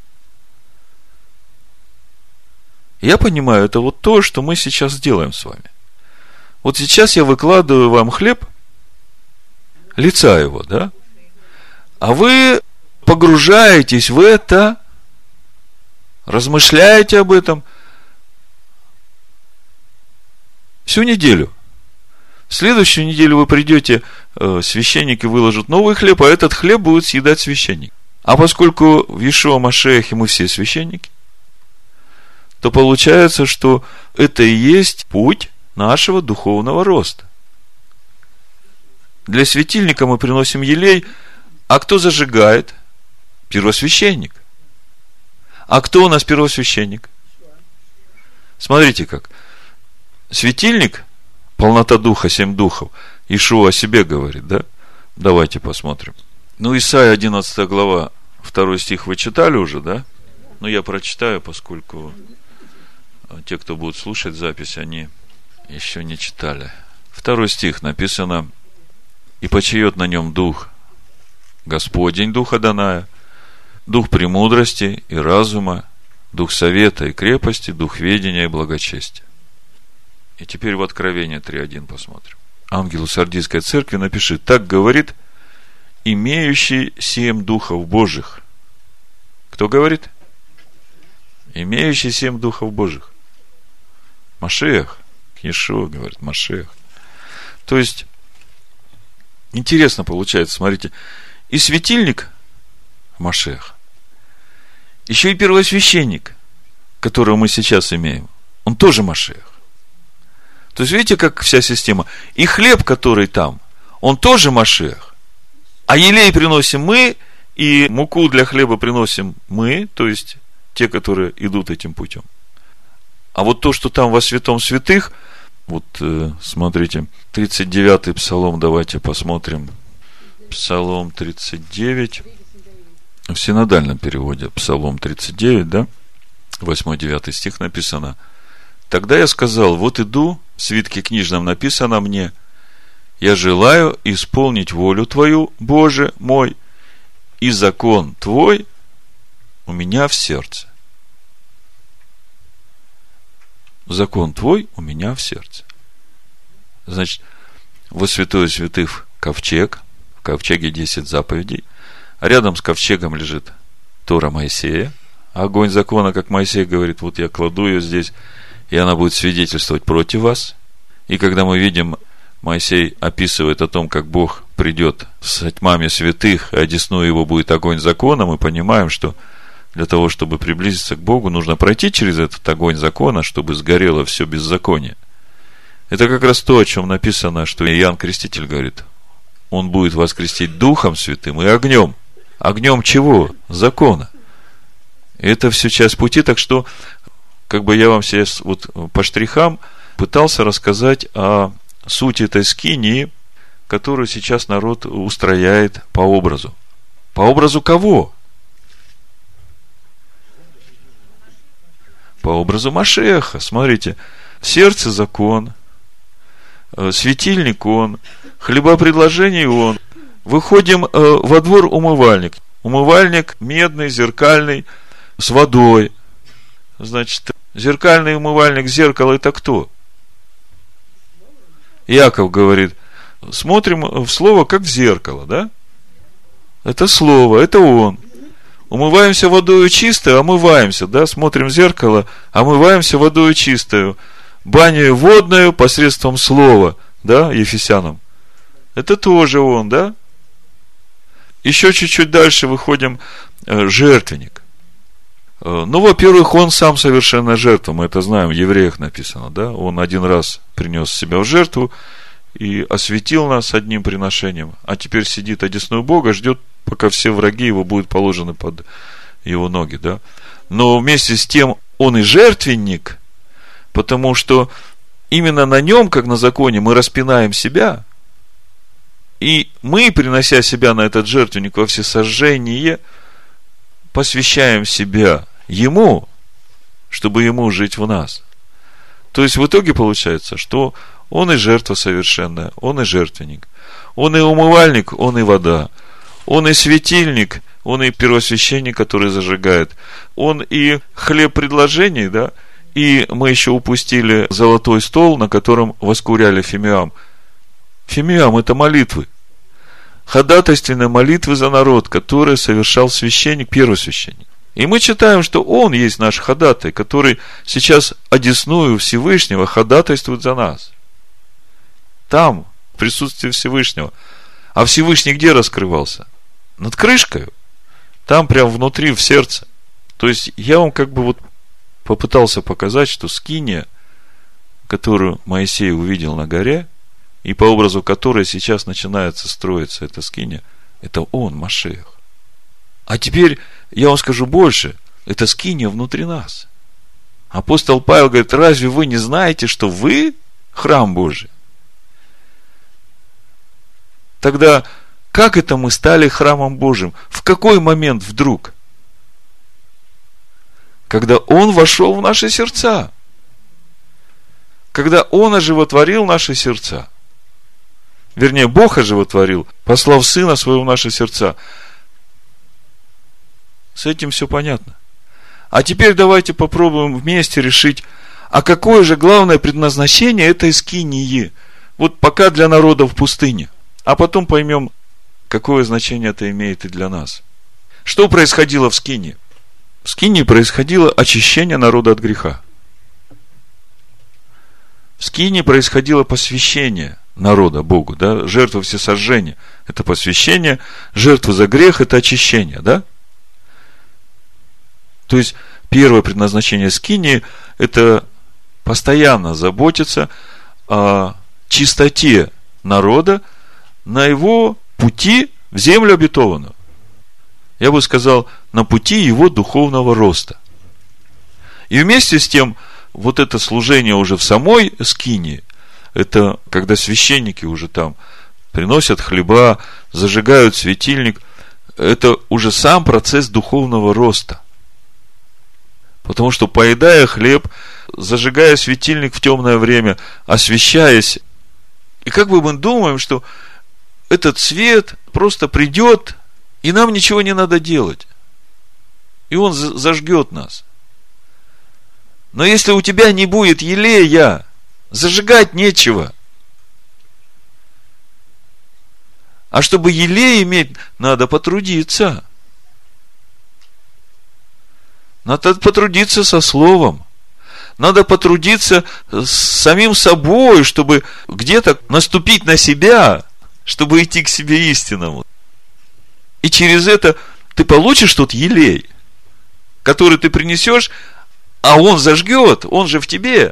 Я понимаю, это вот то, что мы сейчас делаем с вами. Вот сейчас я выкладываю вам хлеб, лица его, да? А вы погружаетесь в это, размышляете об этом всю неделю. В следующую неделю вы придете, священники выложат новый хлеб, а этот хлеб будет съедать священник. А поскольку в Иешуа Машехе мы все священники, то получается, что это и есть путь нашего духовного роста. Для светильника мы приносим елей, а кто зажигает? Первосвященник. А кто у нас первосвященник? Смотрите как. Светильник, полнота духа, 7 духов, Иешуа о себе говорит, да? Давайте посмотрим. Исайя 11 глава, 2 стих вы читали уже, да? Я прочитаю, поскольку те, кто будут слушать запись, они еще не читали. 2 стих написано: «И почиет на нем дух Господень, дух Адоная, дух премудрости и разума, дух совета и крепости, дух ведения и благочестия». И теперь в Откровение 3:1 посмотрим. Ангелу Сардийской церкви напиши: «Так говорит имеющий 7 духов Божьих». Кто говорит? Имеющий 7 духов Божьих. Машиах. Иешуа говорит, Машиах. То есть, интересно получается, смотрите, и светильник Машиах, еще и первосвященник, которого мы сейчас имеем, он тоже Машиах. То есть, видите, как вся система. И хлеб, который там, он тоже Машиах. А елей приносим мы, и муку для хлеба приносим мы, то есть те, которые идут этим путем. А вот то, что там во святом святых, вот смотрите, 39-й псалом, давайте посмотрим. Псалом 39, в синодальном переводе псалом 39, да? 8-9 стих написано: «Тогда я сказал: вот иду, в свитке книжном написано мне: я желаю исполнить волю Твою, Боже мой, и закон Твой у меня в сердце». Закон Твой у меня в сердце. Значит, во святое святых ковчег, в ковчеге 10 заповедей, а рядом с ковчегом лежит Тора Моисея, огонь закона, как Моисей говорит: вот я кладу ее здесь, и она будет свидетельствовать против вас. И когда мы видим, Моисей описывает о том, как Бог придет с тьмами святых, и одесную его будет огонь закона, мы понимаем, что для того, чтобы приблизиться к Богу, нужно пройти через этот огонь закона, чтобы сгорело все беззаконие. Это как раз то, о чем написано, что Иоанн Креститель говорит: он будет вас крестить Духом Святым и огнем. Огнем чего? Закона. Это все часть пути, так что, я вам сейчас вот по штрихам пытался рассказать о сути этой скинии, которую сейчас народ устрояет по образу. По образу кого? По образу Машиаха. Смотрите, сердце закон, светильник он, хлебопредложение он. Выходим во двор умывальник. Умывальник медный, зеркальный, с водой. Значит, зеркальный умывальник, зеркало — это кто? Иаков говорит: смотрим в слово, как в зеркало, да? Это слово, это он. Умываемся водою чистою, омываемся, да? Смотрим в зеркало, омываемся водою чистою, баню водную посредством слова, да, Ефесянам. Это тоже он, да? Еще чуть-чуть дальше выходим, жертвенник. Во-первых, он сам совершенная жертва, мы это знаем, в Евреях написано, да? Он один раз принес себя в жертву и осветил нас одним приношением, а теперь сидит одесную Бога, ждет, пока все враги его будут положены под его ноги, да? Но вместе с тем он и жертвенник, потому что именно на нем, как на законе, мы распинаем себя, и мы, принося себя на этот жертвенник во всесожжение, посвящаем себя Ему, чтобы Ему жить в нас. То есть в итоге получается, что Он и жертва совершенная, Он и жертвенник, Он и умывальник, Он и вода, Он и светильник, Он и первосвященник, который зажигает, Он и хлеб предложений, да, и мы еще упустили золотой стол, на котором воскуряли фимиам. Фимиам — это молитвы, ходатайственные молитвы за народ, которые совершал священник, первосвященник. И мы читаем, что он есть наш ходатай, который сейчас одесную Всевышнего ходатайствует за нас. Там, в присутствии Всевышнего. А Всевышний где раскрывался? Над крышкой. Там прям внутри, в сердце. То есть я вам попытался показать, что скиния, которую Моисей увидел на горе, и по образу которой сейчас начинается строиться эта скиния, это он, Машиах. А теперь я вам скажу больше. Это скиния внутри нас. Апостол Павел говорит: разве вы не знаете, что вы храм Божий? Тогда Как это мы стали храмом Божьим? В какой момент вдруг? Когда Он вошел в наши сердца. Когда Он оживотворил наши сердца. Вернее, Бог оживотворил, послав Сына Своего в наши сердца. С этим все понятно. А теперь давайте попробуем вместе решить, а какое же главное предназначение этой скинии? Вот пока для народа в пустыне. А потом поймем, какое значение это имеет и для нас. Что происходило в скинии? В скинии происходило очищение народа от греха. В скинии происходило посвящение народа Богу, да? Жертва всесожжения – это посвящение, жертва за грех – это очищение, да? То есть, первое предназначение скинии – это постоянно заботиться о чистоте народа на его пути в землю обетованную. Я бы сказал, на пути его духовного роста. И вместе с тем, вот это служение уже в самой скинии, это когда священники уже там приносят хлеба, зажигают светильник, это уже сам процесс духовного роста. Потому что, поедая хлеб, зажигая светильник в темное время, освещаясь, и как бы мы думаем, что этот свет просто придет, и нам ничего не надо делать. И он зажгет нас. Но если у тебя не будет елея, зажигать нечего. А чтобы елей иметь, надо потрудиться. Надо потрудиться со словом. Надо потрудиться с самим собой, чтобы где-то наступить на себя, чтобы идти к себе истинному. И через это ты получишь тот елей, который ты принесешь, а он зажгет, он же в тебе.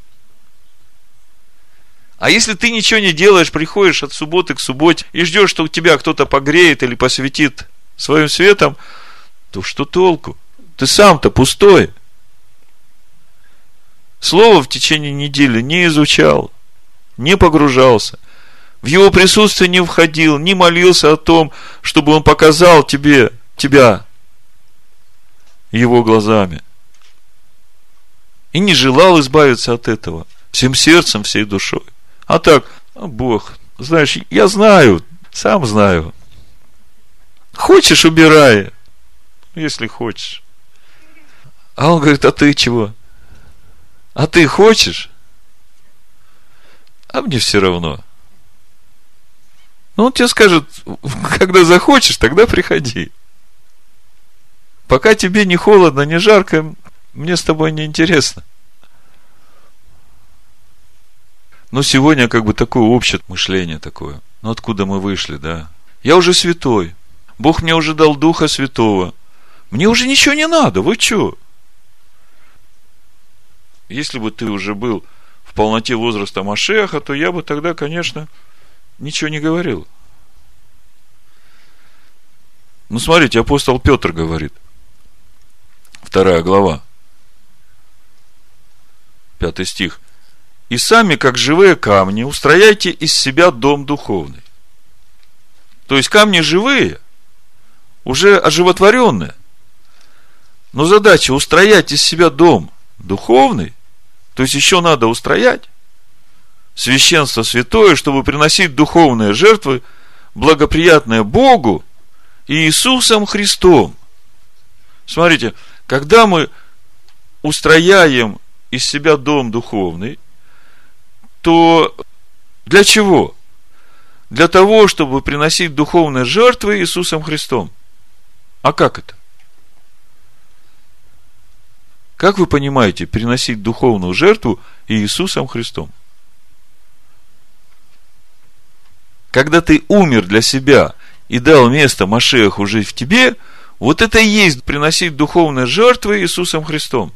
А если ты ничего не делаешь, приходишь от субботы к субботе и ждешь, что тебя кто-то погреет или посветит своим светом, то что толку? Ты сам-то пустой. Слово в течение недели не изучал, не погружался, в его присутствие не входил, не молился о том, чтобы он показал тебе тебя его глазами. И не желал избавиться от этого всем сердцем, всей душой. А так, Бог, знаешь, я знаю, сам знаю. Хочешь, убирай, если хочешь. А он говорит, а ты чего? А ты хочешь? А мне все равно. Ну, он тебе скажет, когда захочешь, тогда приходи. Пока тебе не холодно, не жарко, мне с тобой не интересно. Но сегодня как бы такое общее мышление такое. Ну, откуда мы вышли, да? Я уже святой. Бог мне уже дал Духа Святого. Мне уже ничего не надо, вы что? Если бы ты уже был в полноте возраста Машиаха, то я бы тогда, конечно, ничего не говорил. Ну, смотрите, апостол Петр говорит, 2 глава, 5 стих. И сами, как живые камни, устрояйте из себя дом духовный. То есть камни живые, уже оживотворенные. Но задача устроять из себя дом духовный, то есть еще надо устроять священство святое, чтобы приносить духовные жертвы, благоприятные Богу и Иисусом Христом. Смотрите, когда мы устрояем из себя дом духовный, то для чего? Для того, чтобы приносить духовные жертвы Иисусом Христом. А как это? Как вы понимаете, приносить духовную жертву Иисусом Христом? Когда ты умер для себя и дал место Машиаху жить в тебе, вот это и есть приносить духовные жертвы Иисусом Христом.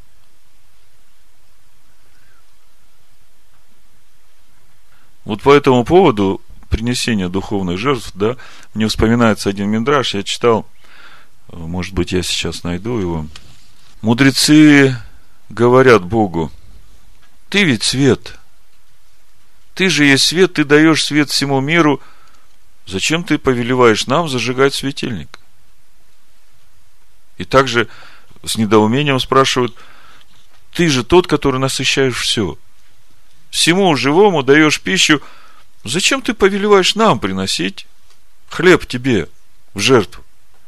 Вот по этому поводу принесения духовных жертв, да, мне вспоминается один мидраш, я читал, может быть, я сейчас найду его. Мудрецы говорят Богу: ты ведь свет, ты же есть свет, ты даешь свет всему миру, зачем ты повелеваешь нам зажигать светильник? И также с недоумением спрашивают: ты же тот, который насыщаешь все. Всему живому даешь пищу. Зачем ты повелеваешь нам приносить хлеб тебе в жертву?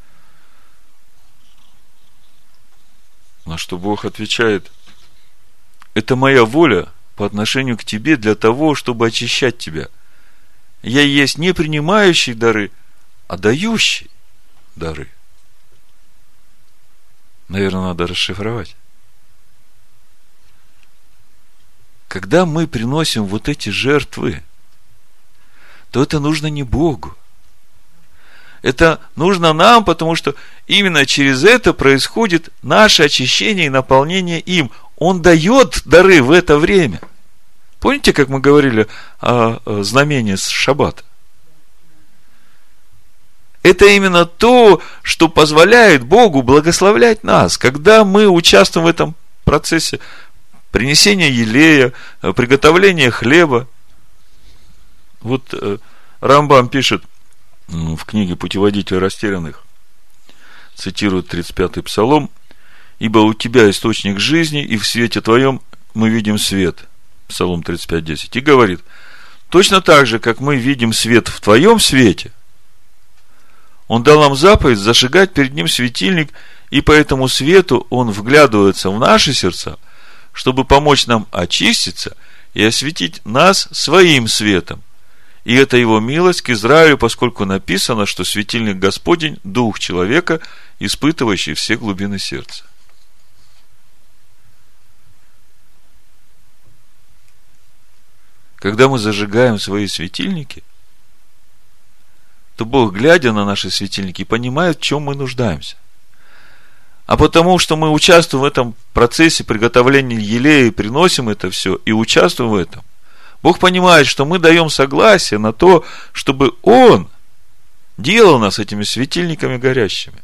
На что Бог отвечает: это моя воля по отношению к тебе для того, чтобы очищать тебя. Я есть не принимающий дары, а дающий дары. Наверное, надо расшифровать. Когда мы приносим вот эти жертвы, то это нужно не Богу. Это нужно нам, потому что именно через это происходит наше очищение и наполнение им. Он дает дары в это время. Помните, как мы говорили о знамении с шаббата? Это именно то, что позволяет Богу благословлять нас, когда мы участвуем в этом процессе принесения елея, приготовления хлеба. Вот Рамбам пишет в книге «Путеводитель растерянных», цитирует 35-й псалом: «Ибо у тебя источник жизни, и в свете твоем мы видим свет». Псалом 35:10. И говорит: точно так же, как мы видим свет в твоем свете, он дал нам заповедь зажигать перед ним светильник, и по этому свету он вглядывается в наши сердца, чтобы помочь нам очиститься и осветить нас своим светом. И это его милость к Израилю, поскольку написано, что светильник Господень – дух человека, испытывающий все глубины сердца. Когда мы зажигаем свои светильники, то Бог, глядя на наши светильники, понимает, в чем мы нуждаемся. А потому что мы участвуем в этом процессе приготовления елея и приносим это все, и участвуем в этом, Бог понимает, что мы даем согласие на то, чтобы Он делал нас этими светильниками горящими.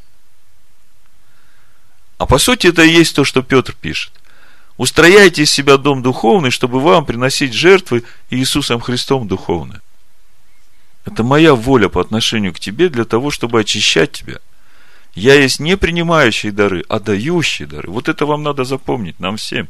А по сути это и есть то, что Петр пишет. Устрояйте из себя дом духовный, чтобы вам приносить жертвы Иисусом Христом духовные. Это моя воля по отношению к тебе для того, чтобы очищать тебя. Я есть не принимающий дары, а дающий дары. Вот это вам надо запомнить, нам всем.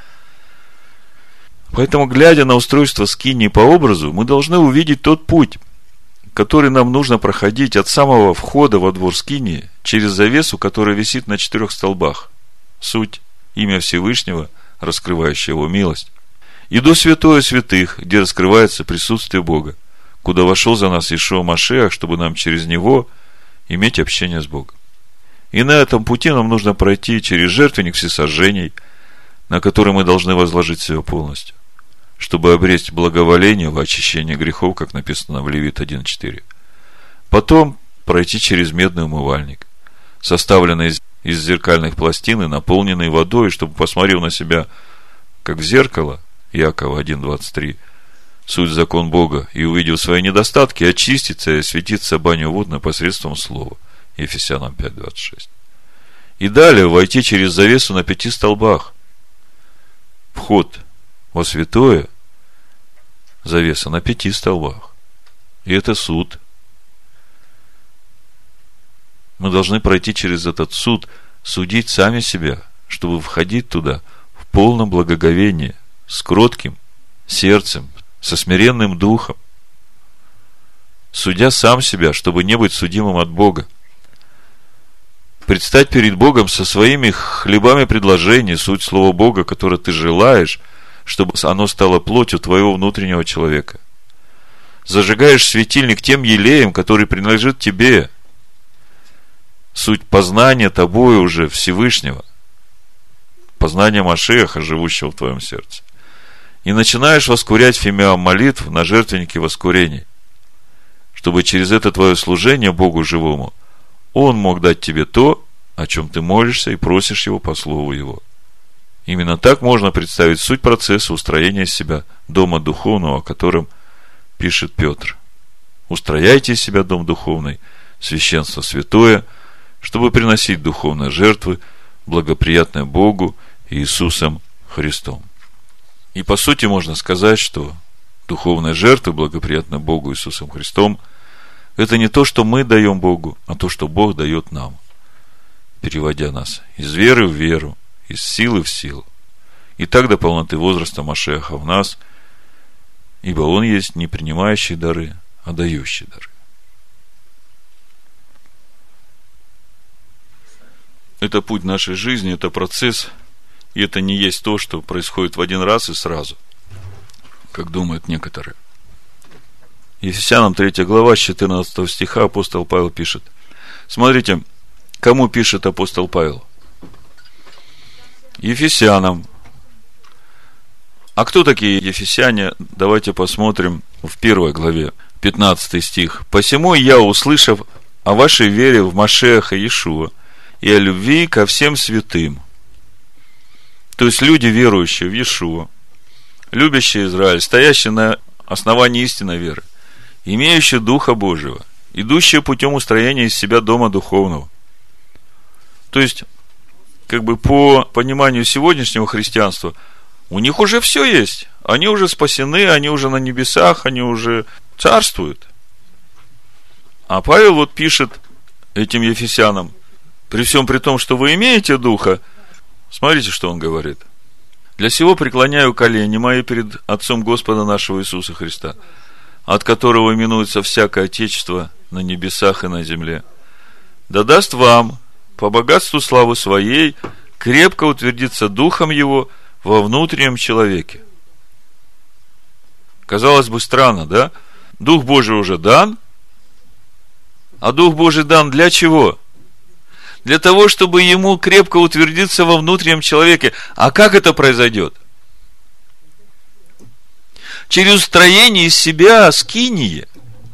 Поэтому, глядя на устройство скинии по образу, мы должны увидеть тот путь, который нам нужно проходить от самого входа во двор скинии через завесу, которая висит на 4 столбах. Суть – имя Всевышнего, раскрывающее его милость. И до святое святых, где раскрывается присутствие Бога, куда вошел за нас Иешуа Машиах, чтобы нам через него иметь общение с Богом. И на этом пути нам нужно пройти через жертвенник всесожжений, на который мы должны возложить себя полностью, чтобы обрести благоволение в очищении грехов, как написано в Левит 1:4. Потом пройти через медный умывальник, составленный из зеркальных пластин и наполненный водой, чтобы, посмотрев на себя, как в зеркало, Иакова 1:23, суть закон Бога, и увидев свои недостатки, очиститься и осветиться баню водной посредством слова, Ефесянам 5:26. И далее войти через завесу на 5 столбах. Вход во святое, завеса на 5 столбах. И это суд. Мы должны пройти через этот суд, судить сами себя, чтобы входить туда в полном благоговении, с кротким сердцем, со смиренным духом, судя сам себя, чтобы не быть судимым от Бога. Предстать перед Богом со своими хлебами предложений, суть слова Бога, которое ты желаешь, чтобы оно стало плотью твоего внутреннего человека. Зажигаешь светильник тем елеем, который принадлежит тебе. Суть познания тобой уже Всевышнего, познание Машиаха, живущего в твоем сердце. И начинаешь воскурять фимиам молитв на жертвеннике воскурений, чтобы через это твое служение Богу живому Он мог дать тебе то, о чем ты молишься и просишь Его по слову Его. Именно так можно представить суть процесса устроения из себя дома духовного, о котором пишет Петр. Устрояйте из себя дом духовный, священство святое, чтобы приносить духовные жертвы, благоприятные Богу и Иисусом Христом. И по сути можно сказать, что духовные жертвы, благоприятные Богу Иисусом Христом, Это не то, что мы даем Богу, а то, что Бог дает нам, переводя нас из веры в веру, из силы в силу. И так до полноты возраста Машиаха в нас, ибо Он есть не принимающий дары, а дающий дары. Это путь нашей жизни, это процесс, и это не есть то, что происходит в один раз и сразу, как думают некоторые. Ефесянам 3 глава, с 14 стиха апостол Павел пишет. Смотрите, кому пишет апостол Павел? Ефесянам. А кто такие ефесяне? Давайте посмотрим в 1 главе, 15 стих. «Посему я, услышав о вашей вере в Машиаха Иешуа и о любви ко всем святым». То есть люди, верующие в Иешуа, любящие Израиль, стоящие на основании истинной веры, имеющие Духа Божьего, идущие путем устроения из себя дома духовного. То есть, как бы по пониманию сегодняшнего христианства, у них уже все есть. Они уже спасены, они уже на небесах, они уже царствуют. А Павел вот пишет этим ефесянам: при всем при том, что вы имеете Духа, смотрите, что он говорит. «Для сего преклоняю колени мои перед Отцом Господа нашего Иисуса Христа, от которого именуется всякое отечество на небесах и на земле, да даст вам по богатству славы своей крепко утвердиться Духом Его во внутреннем человеке». Казалось бы, странно, да? Дух Божий уже дан, а Дух Божий дан для чего? Для того, чтобы ему крепко утвердиться во внутреннем человеке. А как это произойдет? Через устроение из себя скинии.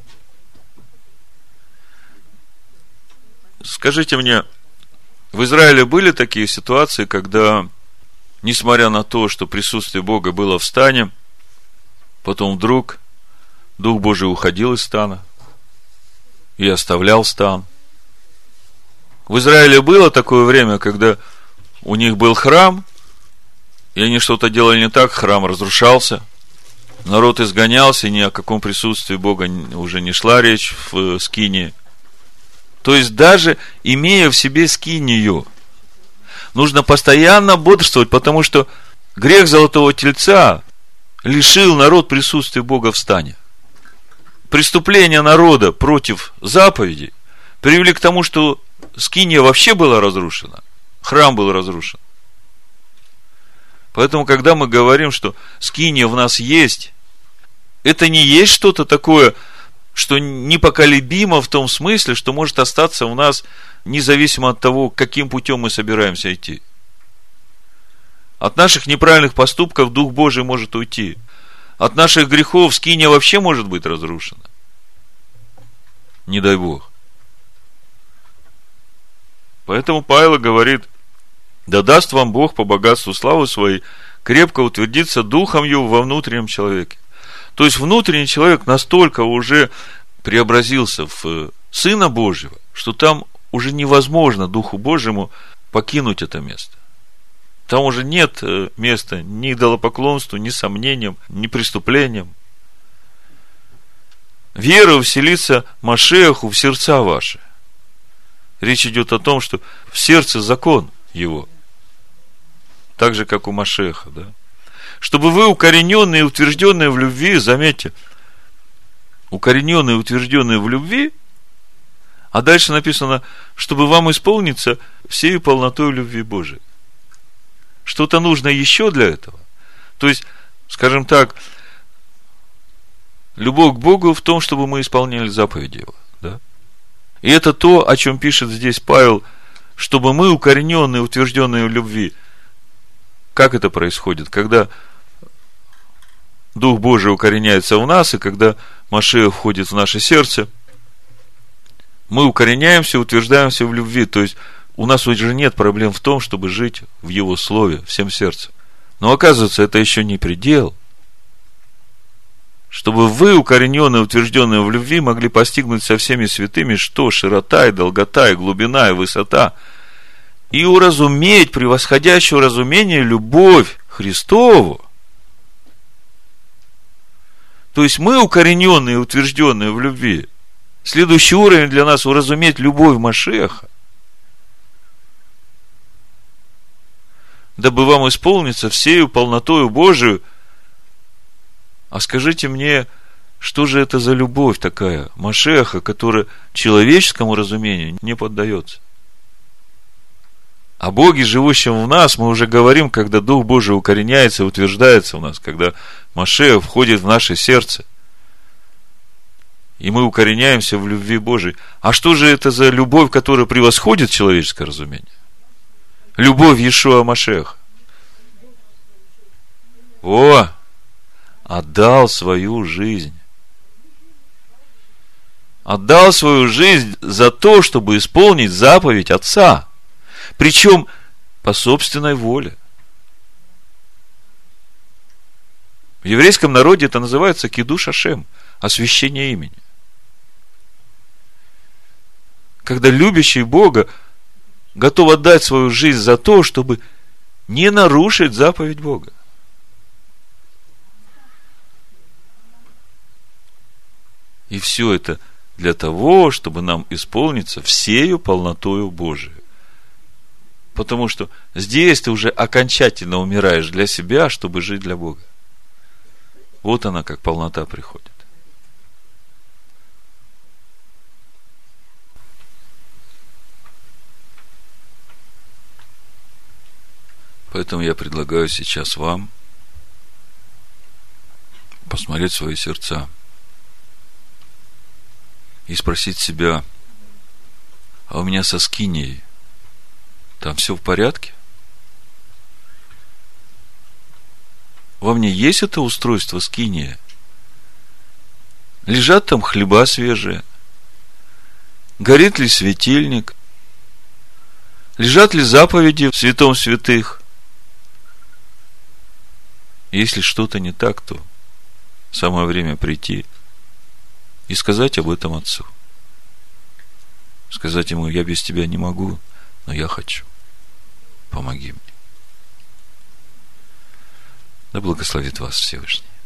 Скажите мне, в Израиле были такие ситуации, когда, несмотря на то, что присутствие Бога было в стане, потом вдруг Дух Божий уходил из стана и оставлял стан? В Израиле было такое время, когда у них был храм, и они что-то делали не так, храм разрушался, народ изгонялся, ни о каком присутствии Бога уже не шла речь в скинии. То есть, даже имея в себе скинию, нужно постоянно бодрствовать, потому что грех золотого тельца лишил народ присутствия Бога в стане. Преступления народа против заповедей привели к тому, что скиния вообще была разрушена, храм был разрушен. Поэтому, когда мы говорим, что скиния в нас есть, это не есть что-то такое, что непоколебимо в том смысле, что может остаться у нас независимо от того, каким путем мы собираемся идти. От наших неправильных поступков Дух Божий может уйти. От наших грехов скиния вообще может быть разрушена. Не дай Бог. Поэтому Павел говорит: да даст вам Бог по богатству славы своей крепко утвердиться Духом Его во внутреннем человеке. То есть внутренний человек настолько уже преобразился в Сына Божьего, что там уже невозможно Духу Божьему покинуть это место. Там уже нет места ни идолопоклонству, ни сомнениям, ни преступлениям. Вера вселится Машиаху в сердца ваши. Речь идет о том, что в сердце закон его, так же, как у Машиаха, да? Чтобы вы, укорененные и утвержденные в любви, заметьте, укорененные и утвержденные в любви, а дальше написано, чтобы вам исполниться всей полнотой любви Божией. Что-то нужно еще для этого. То есть, скажем так, любовь к Богу в том, чтобы мы исполняли заповеди Его, да? И это то, о чем пишет здесь Павел, чтобы мы, укорененные, утвержденные в любви. Как это происходит? Когда Дух Божий укореняется в нас, и когда Машиах входит в наше сердце, мы укореняемся, утверждаемся в любви. То есть, у нас уже нет проблем в том, чтобы жить в Его Слове всем сердцем. Но оказывается, это еще не предел. Чтобы вы, укорененные, утвержденные в любви, могли постигнуть со всеми святыми, что широта и долгота, и глубина, и высота, и уразуметь превосходящую разумение любовь Христову. То есть мы, укорененные и утвержденные в любви, Следующий уровень для нас — уразуметь любовь Машиаха, дабы вам исполниться всею полнотою Божию. А скажите мне, что же это за любовь такая Машиаха, которая человеческому разумению не поддается? О Боге, живущем в нас, мы уже говорим, когда Дух Божий укореняется и утверждается в нас, когда Машиах входит в наше сердце, и мы укореняемся в любви Божией. А что же это за любовь, которая превосходит человеческое разумение? Любовь Иешуа Машиаха. Отдал свою жизнь. Отдал свою жизнь за то, чтобы исполнить заповедь Отца. Причем по собственной воле. В еврейском народе это называется кидуш Ашем, освящение имени. Когда любящий Бога готов отдать свою жизнь за то, чтобы не нарушить заповедь Бога. И все это для того, чтобы нам исполниться всею полнотою Божией. Потому что здесь ты уже окончательно умираешь для себя, чтобы жить для Бога. Вот она, как полнота приходит. Поэтому я предлагаю сейчас вам посмотреть в свои сердца и спросить себя: а у меня со скинией там все в порядке? Во мне есть это устройство скиния? Лежат там хлеба свежие? Горит ли светильник? Лежат ли заповеди в святом святых? Если что-то не так, то самое время прийти и сказать об этом Отцу. Сказать ему: я без тебя не могу, но я хочу. Помоги мне. Да благословит вас Всевышний.